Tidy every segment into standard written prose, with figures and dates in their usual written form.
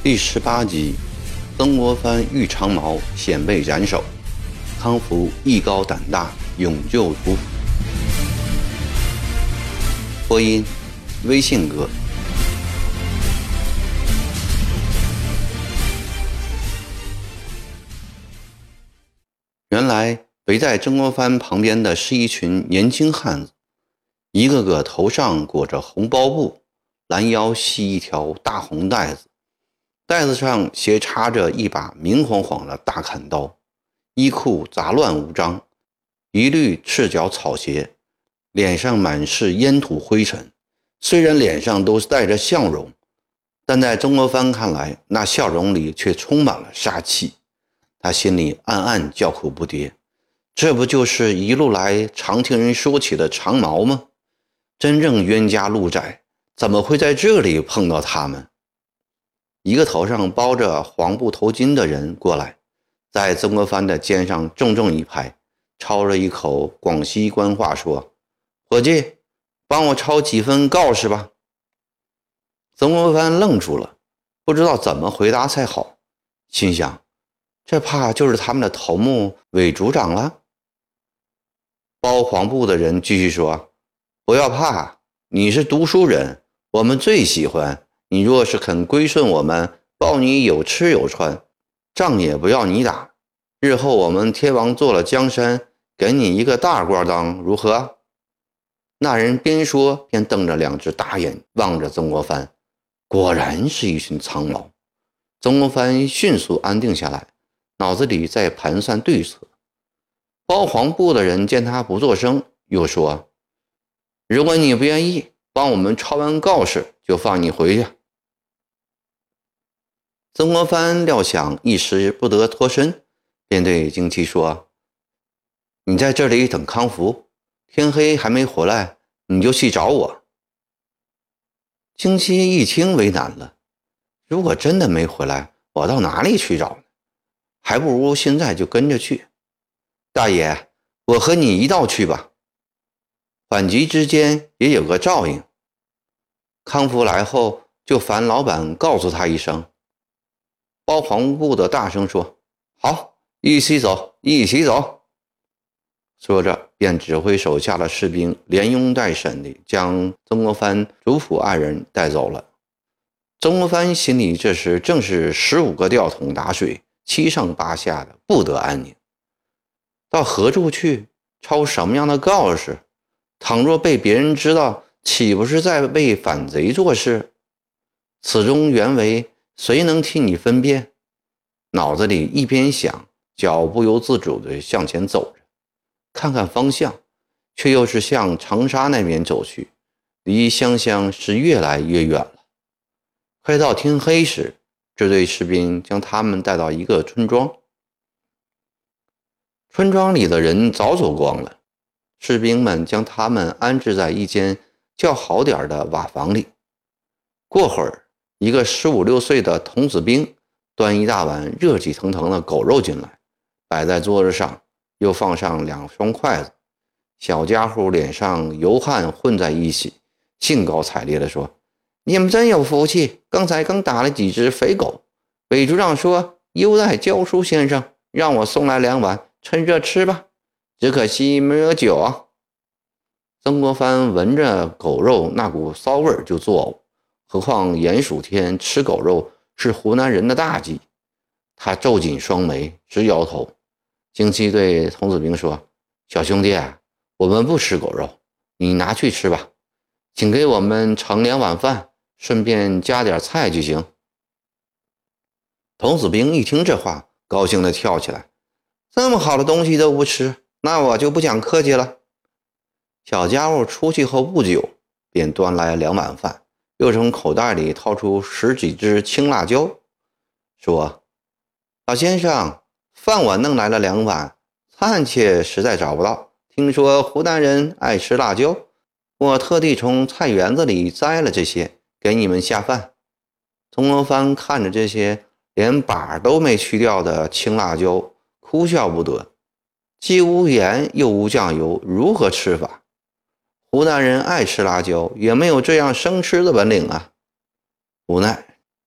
第18集，曾国藩遇长矛，险被斩首。康福艺高胆大，勇救屠夫。播音：微信哥。原来围在曾国藩旁边的是一群年轻汉子，一个个头上裹着红包布，拦腰系一条大红带子，带子上斜插着一把明晃晃的大砍刀，衣裤杂乱无章，一律赤脚草鞋，脸上满是烟土灰尘。虽然脸上都带着笑容，但在曾国藩看来，那笑容里却充满了杀气。他心里暗暗叫苦不迭，这不就是一路来常听人说起的长矛吗？真正冤家路窄，怎么会在这里碰到他们？一个头上包着黄布头巾的人过来，在曾国藩的肩上重重一拍，抄了一口广西官话说：“伙计，帮我抄几份告示吧。”曾国藩愣住了，不知道怎么回答才好，心想这怕就是他们的头目韦组长了。包黄布的人继续说：“不要怕，你是读书人，我们最喜欢你。若是肯归顺我们，包你有吃有穿，仗也不要你打。日后我们天王做了江山，给你一个大官当，如何？”那人边说边瞪着两只大眼望着曾国藩，果然是一群苍毛。曾国藩迅速安定下来，脑子里在盘算对策。包黄布的人见他不作声，又说：“如果你不愿意帮我们抄完告示，就放你回去。”曾国藩料想一时不得脱身，便对京七说：“你在这里等康福，天黑还没回来，你就去找我。”京七一听为难了，如果真的没回来，我到哪里去找呢？还不如现在就跟着去。大爷，我和你一道去吧。缓急之间也有个照应。康福来后，就烦老板告诉他一声。包黄布的大声说：“好，一起走，一起走。”说着便指挥手下的士兵连拥带审地将曾国藩主府二人带走了。曾国藩心里这时正是15个吊桶打水，七上八下的，不得安宁。到何处去抄什么样的告示？倘若被别人知道，岂不是在为反贼做事？此中原委，谁能替你分辨？脑子里一边想，脚不由自主地向前走着，看看方向，却又是向长沙那边走去，离湘乡是越来越远了。快到天黑时，这队士兵将他们带到一个村庄。村庄里的人早走光了，士兵们将他们安置在一间较好点的瓦房里。过会儿，一个15、16岁的童子兵端一大碗热气腾腾的狗肉进来，摆在桌子上，又放上2双筷子。小家伙脸上油汗混在一起，兴高采烈地说：“你们真有福气，刚才刚打了几只肥狗。韦组长说优待教书先生，让我送来2碗，趁热吃吧。只可惜没有酒啊。”曾国藩闻着狗肉那股骚味就作呕，何况炎暑天吃狗肉是湖南人的大忌。他皱紧双眉，直摇头。京七对童子兵说：“小兄弟，我们不吃狗肉，你拿去吃吧，请给我们盛2碗饭，顺便加点菜就行。”童子兵一听这话，高兴地跳起来：“这么好的东西都不吃，那我就不讲客气了。”小家伙出去后不久，便端来2碗饭，又从口袋里掏出10几只青辣椒，说：“老先生，饭我弄来了2碗，菜却实在找不到。听说湖南人爱吃辣椒，我特地从菜园子里摘了这些，给你们下饭。”曾国藩看着这些连把都没去掉的青辣椒，哭笑不得。既无盐又无酱油，如何吃法？湖南人爱吃辣椒，也没有这样生吃的本领啊。无奈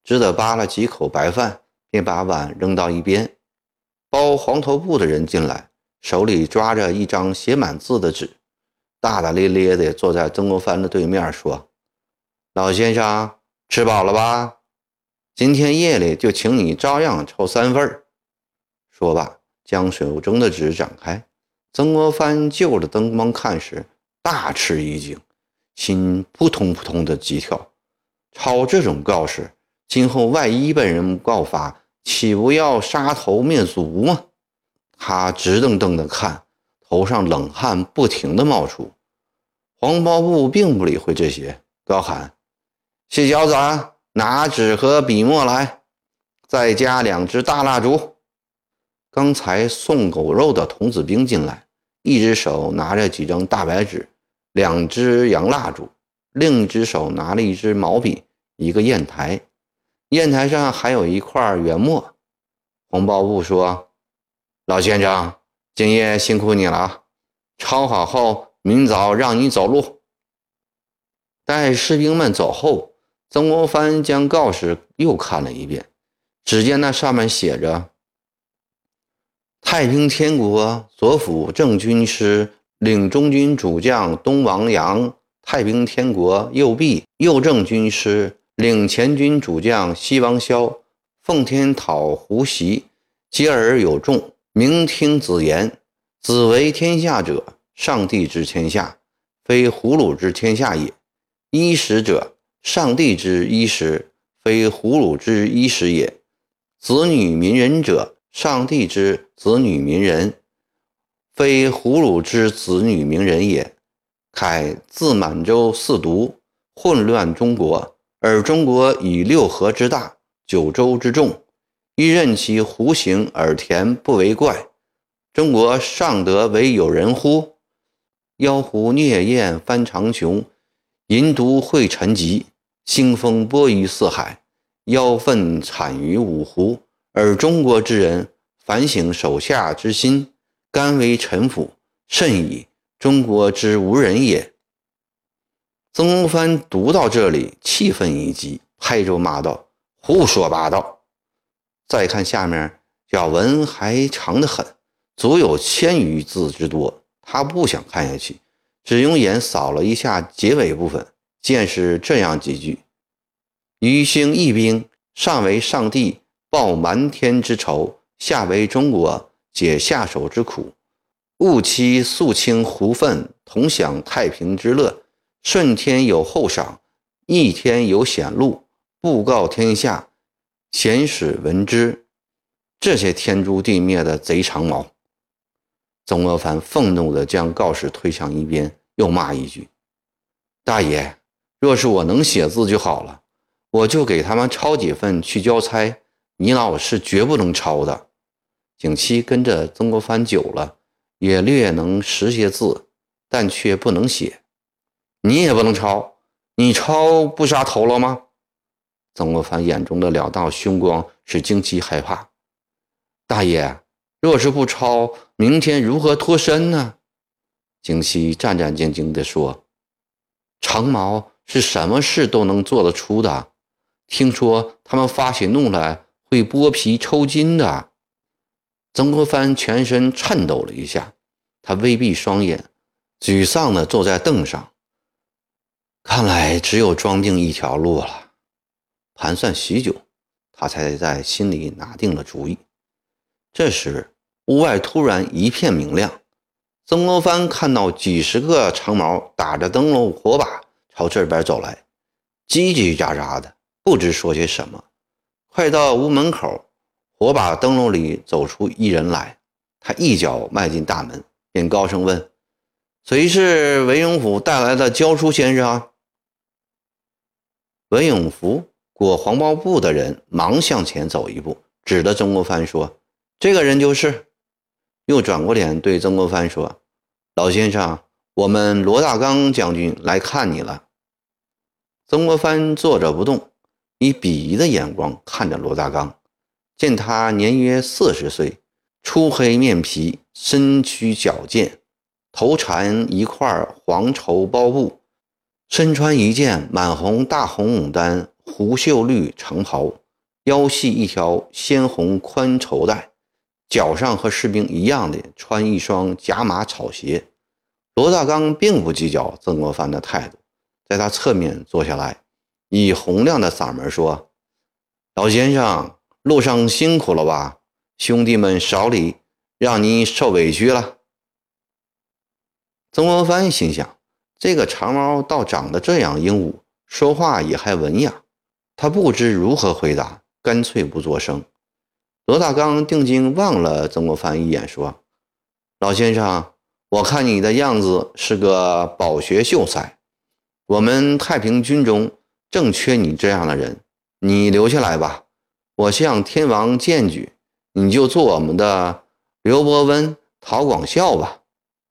只得扒了几口白饭，便把碗扔到一边。包黄头布的人进来，手里抓着一张写满字的纸，大大咧咧地坐在曾国藩的对面，说：“老先生，吃饱了吧？今天夜里就请你照样抽3份。”说罢，将手中的纸展开。曾国藩就着灯光看时，大吃一惊，心扑通扑通的急跳。抄这种告示，今后万一被人告发，岂不要杀头灭族吗？他直瞪瞪地看，头上冷汗不停地冒出。黄包布并不理会这些，高喊：“谢小子，拿纸和笔墨来，再加2支大蜡烛。”刚才送狗肉的童子兵进来，一只手拿着几张大白纸，2支洋蜡烛，另一只手拿了一支毛笔，一个砚台，砚台上还有一块原墨。黄包布说：“老先生，今夜辛苦你了，抄好后明早让你走路。”待士兵们走后，曾国藩将告示又看了一遍，只见那上面写着：“太平天国左辅正军师领中军主将东王阳，太平天国右弼右正军师领前军主将西王萧，奉天讨胡袭，皆而有众，明听子言。子为天下者，上帝之天下，非胡虏之天下也。衣食者，上帝之衣食，非胡虏之衣食也。子女民人者，上帝之子女民人，非胡虏之子女民人也。凯自满洲四毒，混乱中国，而中国以6合之大，9州之众，欲任其胡行而田不为怪。中国尚得为有人乎？妖狐孽焰翻长穹，淫毒秽沉积，腥风播于四海，妖粪产于五湖。而中国之人，反省手下之心，甘为臣服，甚矣！中国之无人也。曾国藩读到这里，气愤已极，拍手骂道：“胡说八道！”再看下面，咬文还长得很，足有1000余字之多。他不想看下去，只用眼扫了一下结尾部分，见是这样几句：“余兴义兵，上为上帝报瞒天之仇，下为中国解下手之苦。务期肃清胡愤，同享太平之乐。顺天有后赏，逆天有显露，布告天下，显使闻之。”这些天诛地灭的贼长毛！曾国藩愤怒地将告示推向一边，又骂一句：“大爷，若是我能写字就好了，我就给他们抄几份去交差，你老是绝不能抄的。”景熙跟着曾国藩久了，也略能识些字，但却不能写。“你也不能抄，你抄不杀头了吗？”曾国藩眼中的2道凶光使景熙害怕。“大爷，若是不抄，明天如何脱身呢？”景熙战战兢兢地说：“长毛是什么事都能做得出的，听说他们发起怒来会剥皮抽筋的。”曾国藩全身颤抖了一下，他微闭双眼，沮丧地坐在凳上。看来只有装病一条路了。盘算许久，他才在心里拿定了主意。这时屋外突然一片明亮，曾国藩看到几10个长毛打着灯笼火把朝这边走来，叽叽喳喳的，不知说些什么。快到屋门口，火把灯笼里走出一人来，他一脚迈进大门，便高声问：“谁是文永府带来的教书先生啊？”文永福裹黄包布的人忙向前走一步，指着曾国藩说：“这个人就是。”又转过脸对曾国藩说：“老先生，我们罗大刚将军来看你了。”曾国藩坐着不动，以鄙夷的眼光看着罗大刚，见他年约40岁，粗黑面皮，身躯矫健，头缠一块黄绸包布，身穿一件满红大红牡丹狐袖绿长袍，腰系一条鲜红宽绸带，脚上和士兵一样的穿一双假马草鞋。罗大刚并不计较曾国藩的态度，在他侧面坐下来，以洪亮的嗓门说：“老先生，路上辛苦了吧？兄弟们少礼，让你受委屈了。”曾国藩心想，这个长毛倒长得这样英武，说话也还文雅。他不知如何回答，干脆不作声。罗大刚定睛望了曾国藩一眼，说：“老先生，我看你的样子是个饱学秀才，我们太平军中正缺你这样的人，你留下来吧。我向天王荐举，你就做我们的刘伯温、陶广孝吧。”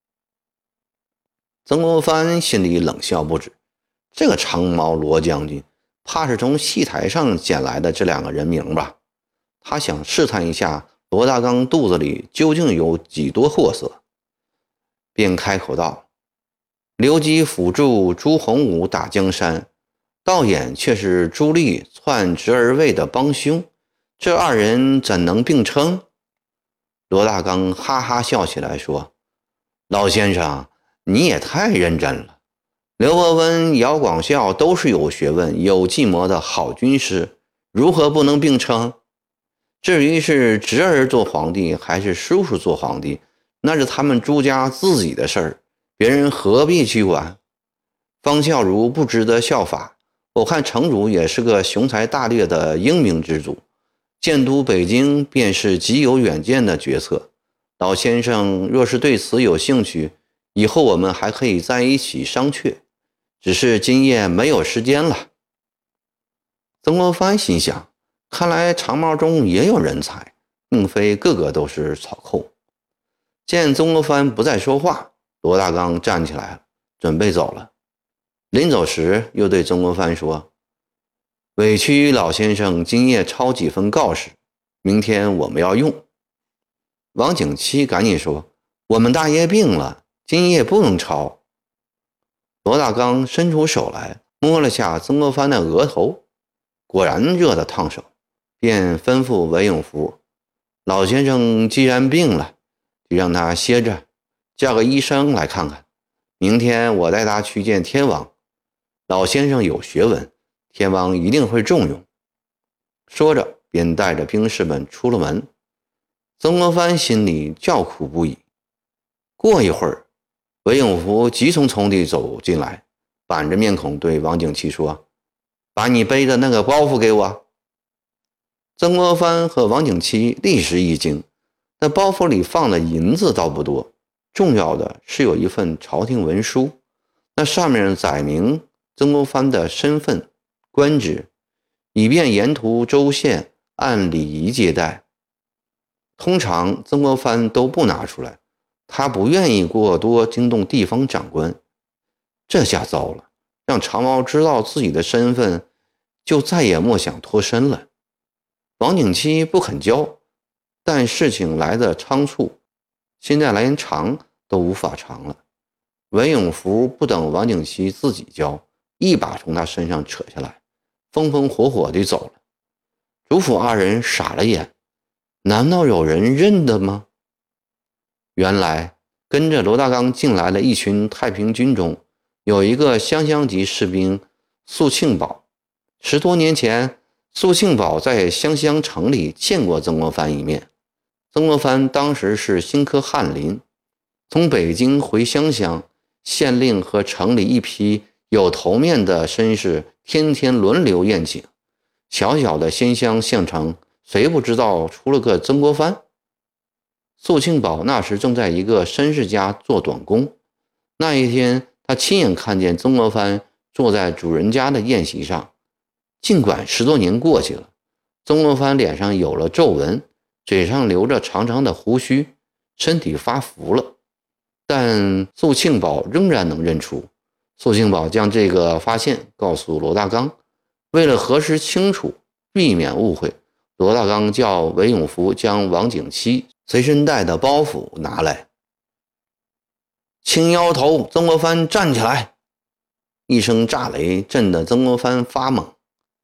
曾国藩心里冷笑不止，这个长毛罗将军怕是从戏台上捡来的这两个人名吧。他想试探一下罗大刚肚子里究竟有几多货色，便开口道：“刘基辅助朱洪武打江山，道衍却是朱棣篡侄儿位的帮凶，这二人怎能并称？”罗大刚哈哈笑起来说：“老先生，你也太认真了。刘伯温、姚广孝都是有学问、有计谋的好军师，如何不能并称？至于是侄儿做皇帝还是叔叔做皇帝，那是他们朱家自己的事儿，别人何必去管？方孝孺不值得效法，我看城主也是个雄才大略的英明之主，建都北京便是极有远见的决策。老先生若是对此有兴趣，以后我们还可以在一起商榷，只是今夜没有时间了。”曾国藩心想，看来长毛中也有人才，并非个个都是草寇。见曾国藩不再说话，罗大刚站起来了，准备走了。临走时又对曾国藩说：“委屈老先生今夜抄几份告示，明天我们要用。”王景七赶紧说：“我们大爷病了，今夜不能抄。”罗大刚伸出手来摸了下曾国藩的额头，果然热得烫手，便吩咐韦永福：“老先生既然病了，就让他歇着，叫个医生来看看。明天我带他去见天王，老先生有学问，天王一定会重用。”说着便带着兵士们出了门。曾国藩心里叫苦不已。过一会儿，韦永福急匆匆地走进来，板着面孔对王景琦说：“把你背的那个包袱给我。”曾国藩和王景琦立时一惊，那包袱里放的银子倒不多，重要的是有一份朝廷文书，那上面载明曾国藩的身份、官职，以便沿途州县按礼仪接待。通常曾国藩都不拿出来，他不愿意过多惊动地方长官。这下糟了，让长毛知道自己的身份，就再也莫想脱身了。王景琦不肯交，但事情来得仓促，现在连藏都无法藏了。韦永福不等王景琦自己交，一把从他身上扯下来，风风火火地走了。主府二人傻了眼，难道有人认得吗？原来跟着罗大刚进来了一群太平军中，有一个湘乡籍士兵肃庆保。10多年前，肃庆保在湘乡城里见过曾国藩一面。曾国藩当时是新科翰林，从北京回湘乡，县令和城里一批有头面的绅士天天轮流宴请。小小的新乡县城，谁不知道出了个曾国藩？肃庆保那时正在一个绅士家做短工。那一天，他亲眼看见曾国藩坐在主人家的宴席上。尽管10多年过去了，曾国藩脸上有了皱纹，嘴上留着长长的胡须，身体发福了，但肃庆保仍然能认出。肃庆保将这个发现告诉罗大刚，为了核实清楚，避免误会，罗大刚叫韦永福将王景琦随身带的包袱拿来。青腰头曾国藩站起来！一声炸雷震得曾国藩发懵。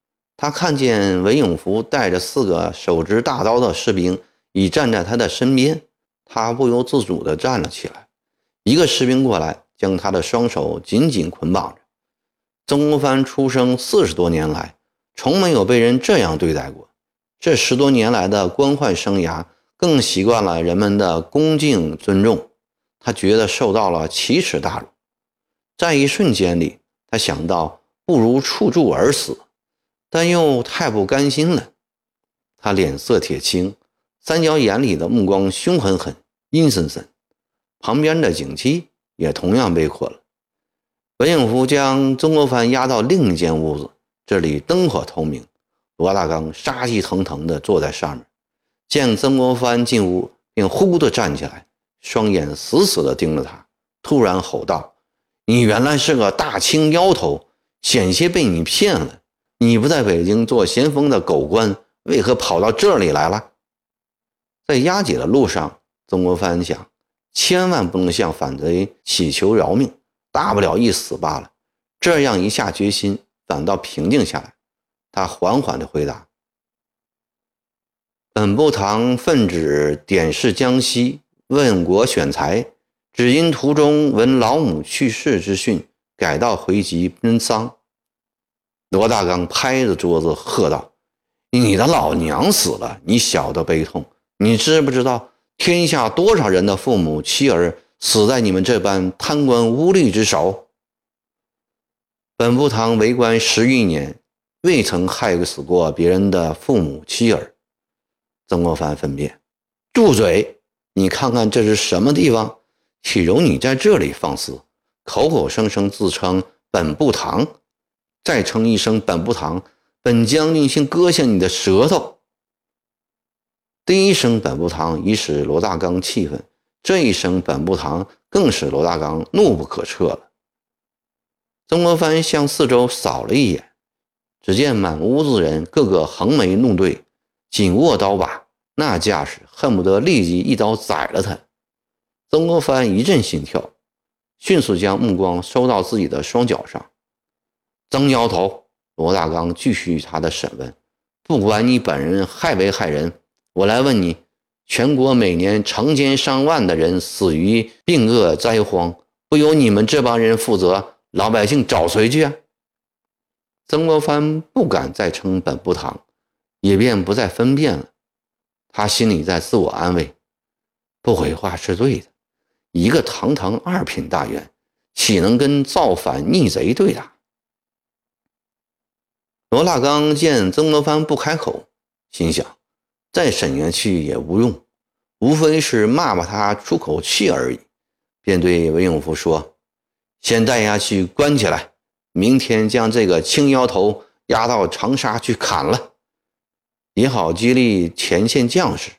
他看见文永福带着4个手执大刀的士兵已站在他的身边，他不由自主地站了起来。一个士兵过来，将他的双手紧紧捆绑着。曾国藩出生40多年来，从没有被人这样对待过。这10多年来的官宦生涯，更习惯了人们的恭敬尊重，他觉得受到了奇耻大辱。在一瞬间里，他想到不如触柱而死，但又太不甘心了。他脸色铁青，三角眼里的目光凶狠狠、阴森森。旁边的景七也同样被捆了。文永福将曾国藩押到另一间屋子，这里灯火通明，罗大刚杀气腾腾地坐在上面。见曾国藩进屋，便忽地站起来，双眼死死地盯着他，突然吼道：“你原来是个大清妖头，险些被你骗了。你不在北京做咸丰的狗官，为何跑到这里来了？”在押解的路上，曾国藩想，千万不能向反贼祈求饶命，大不了一死罢了。这样一下决心，反倒平静下来。他缓缓地回答：“本部堂奉旨点视江西，问国选才，只因途中闻老母去世之讯，改道回籍奔丧。”罗大刚拍着桌子喝道：“你的老娘死了，你晓得悲痛？你知不知道天下多少人的父母妻儿死在你们这般贪官污吏之手？本部堂为官10余年，未曾害死过别人的父母妻儿。”曾国藩分辨：“住嘴！你看看这是什么地方？岂容你在这里放肆？口口声声自称本部堂，再称一声本部堂，本将军先割下你的舌头！”第一声本部堂已使罗大刚气愤，这一声本部堂更使罗大刚怒不可遏了。曾国藩向四周扫了一眼，只见满屋子人个个横眉怒对，紧握刀把，那架势恨不得立即一刀宰了他。曾国藩一阵心跳，迅速将目光收到自己的双脚上。曾摇头，罗大刚继续他的审问：“不管你本人害没害人，我来问你，全国每年成千上万的人死于病恶灾荒，不由你们这帮人负责，老百姓找谁去啊？”曾国藩不敢再称本部堂，也便不再分辨了。他心里在自我安慰，不回话是对的，一个堂堂2品大员，岂能跟造反逆贼对打？罗大刚见曾国藩不开口，心想再审下去也无用，无非是骂他出口气而已，便对文永福说：“先带下去关起来，明天将这个青腰头押到长沙去砍了，也好激励前线将士。”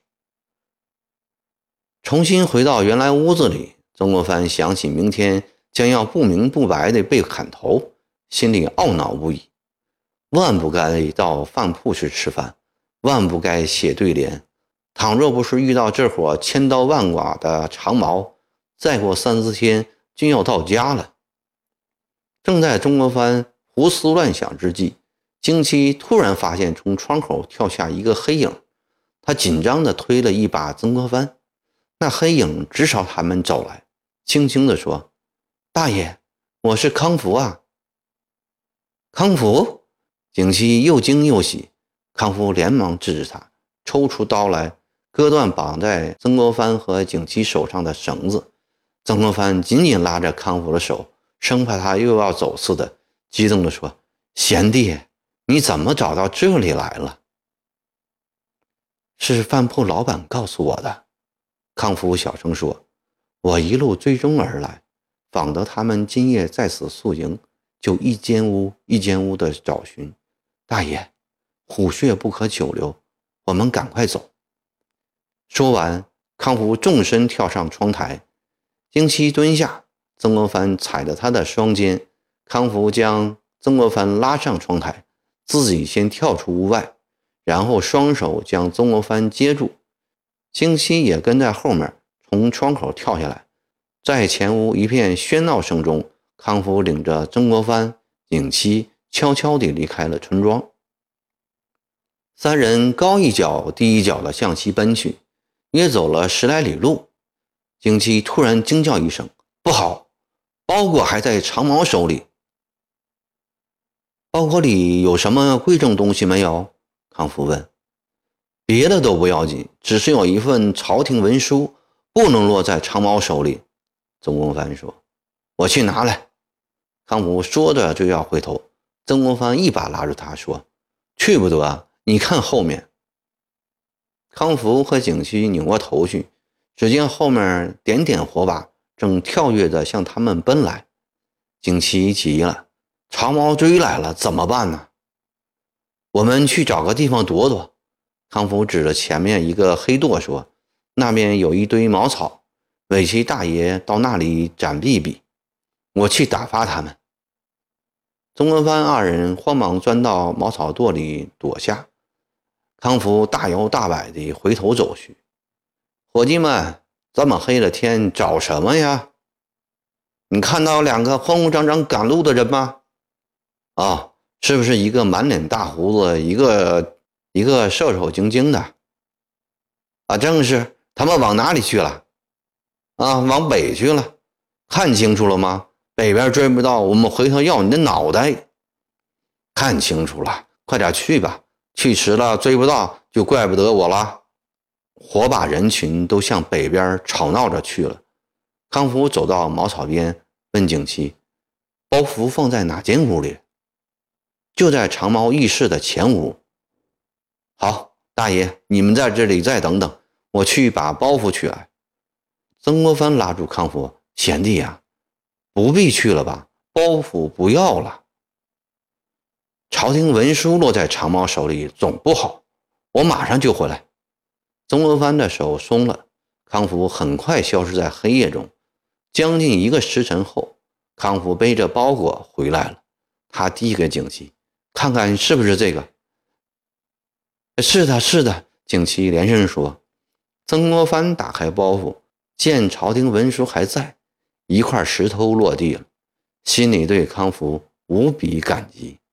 重新回到原来屋子里，曾国藩想起明天将要不明不白地被砍头，心里懊恼不已。万不该到饭铺去吃饭，万不该写对联。倘若不是遇到这伙千刀万剐的长毛，再过3、4天就要到家了。正在曾国藩胡思乱想之际，京七突然发现从窗口跳下一个黑影，他紧张地推了一把曾国藩，那黑影直朝他们走来，轻轻地说：“大爷，我是康福啊。”康福？景七又惊又喜，康福连忙制止他，抽出刀来，割断绑在曾国藩和景七手上的绳子。曾国藩紧紧拉着康福的手，生怕他又要走似的，激动地说：“贤弟，你怎么找到这里来了？”“是饭铺老板告诉我的。”康福小声说，“我一路追踪而来，访得他们今夜在此宿营，就一间屋一间屋的找寻。大爷，虎穴不可久留，我们赶快走。”说完，康福纵身跳上窗台，京七蹲下，曾国藩踩着他的双肩，康福将曾国藩拉上窗台，自己先跳出屋外，然后双手将曾国藩接住，京七也跟在后面从窗口跳下来。在前屋一片喧闹声中，康福领着曾国藩、景七悄悄地离开了村庄。 三人高一脚低一脚地向西奔去，约走了10来里路。景琦突然惊叫一声：“不好！包裹还在长毛手里。”“包裹里有什么贵重东西没有？”康福问。“别的都不要紧，只是有一份朝廷文书，不能落在长毛手里。”曾国藩说。“我去拿来。”康福说着就要回头，曾国藩一把拉住他说：“去不得，你看后面。”康福和景琦扭过头去，只见后面点点火把正跳跃着向他们奔来。景琦急了：“长毛追来了，怎么办呢？”“我们去找个地方躲躲。”康福指着前面一个黑垛说：“那边有一堆茅草，尾齐大爷到那里展避避，我去打发他们。”曾国藩二人慌忙钻到茅草垛里躲下。康福大摇大摆地回头走去：“伙计们，这么黑了天找什么呀？你看到2个慌慌张张赶路的人吗？啊，是不是一个满脸大胡子，一个瘦瘦精精的？啊，正是。他们往哪里去了？啊，往北去了。看清楚了吗？北边追不到，我们回头要你的脑袋。看清楚了，快点去吧，去迟了追不到就怪不得我了。”火把人群都向北边吵闹着去了。康福走到茅草边，问景琦：“包袱放在哪间屋里？”“就在长毛议事的前屋。”“好，大爷，你们在这里再等等，我去把包袱取来。”曾国藩拉住康福：“贤弟呀，不必去了吧，包袱不要了。朝廷文书落在长毛手里总不好，我马上就回来。”曾国藩的手松了，康福很快消失在黑夜中。将近1个时辰后，康福背着包裹回来了。他递给景琦：“看看是不是这个？”“是的，是的。”景琦连声说。曾国藩打开包袱，见朝廷文书还在，一块石头落地了，心里对康福无比感激。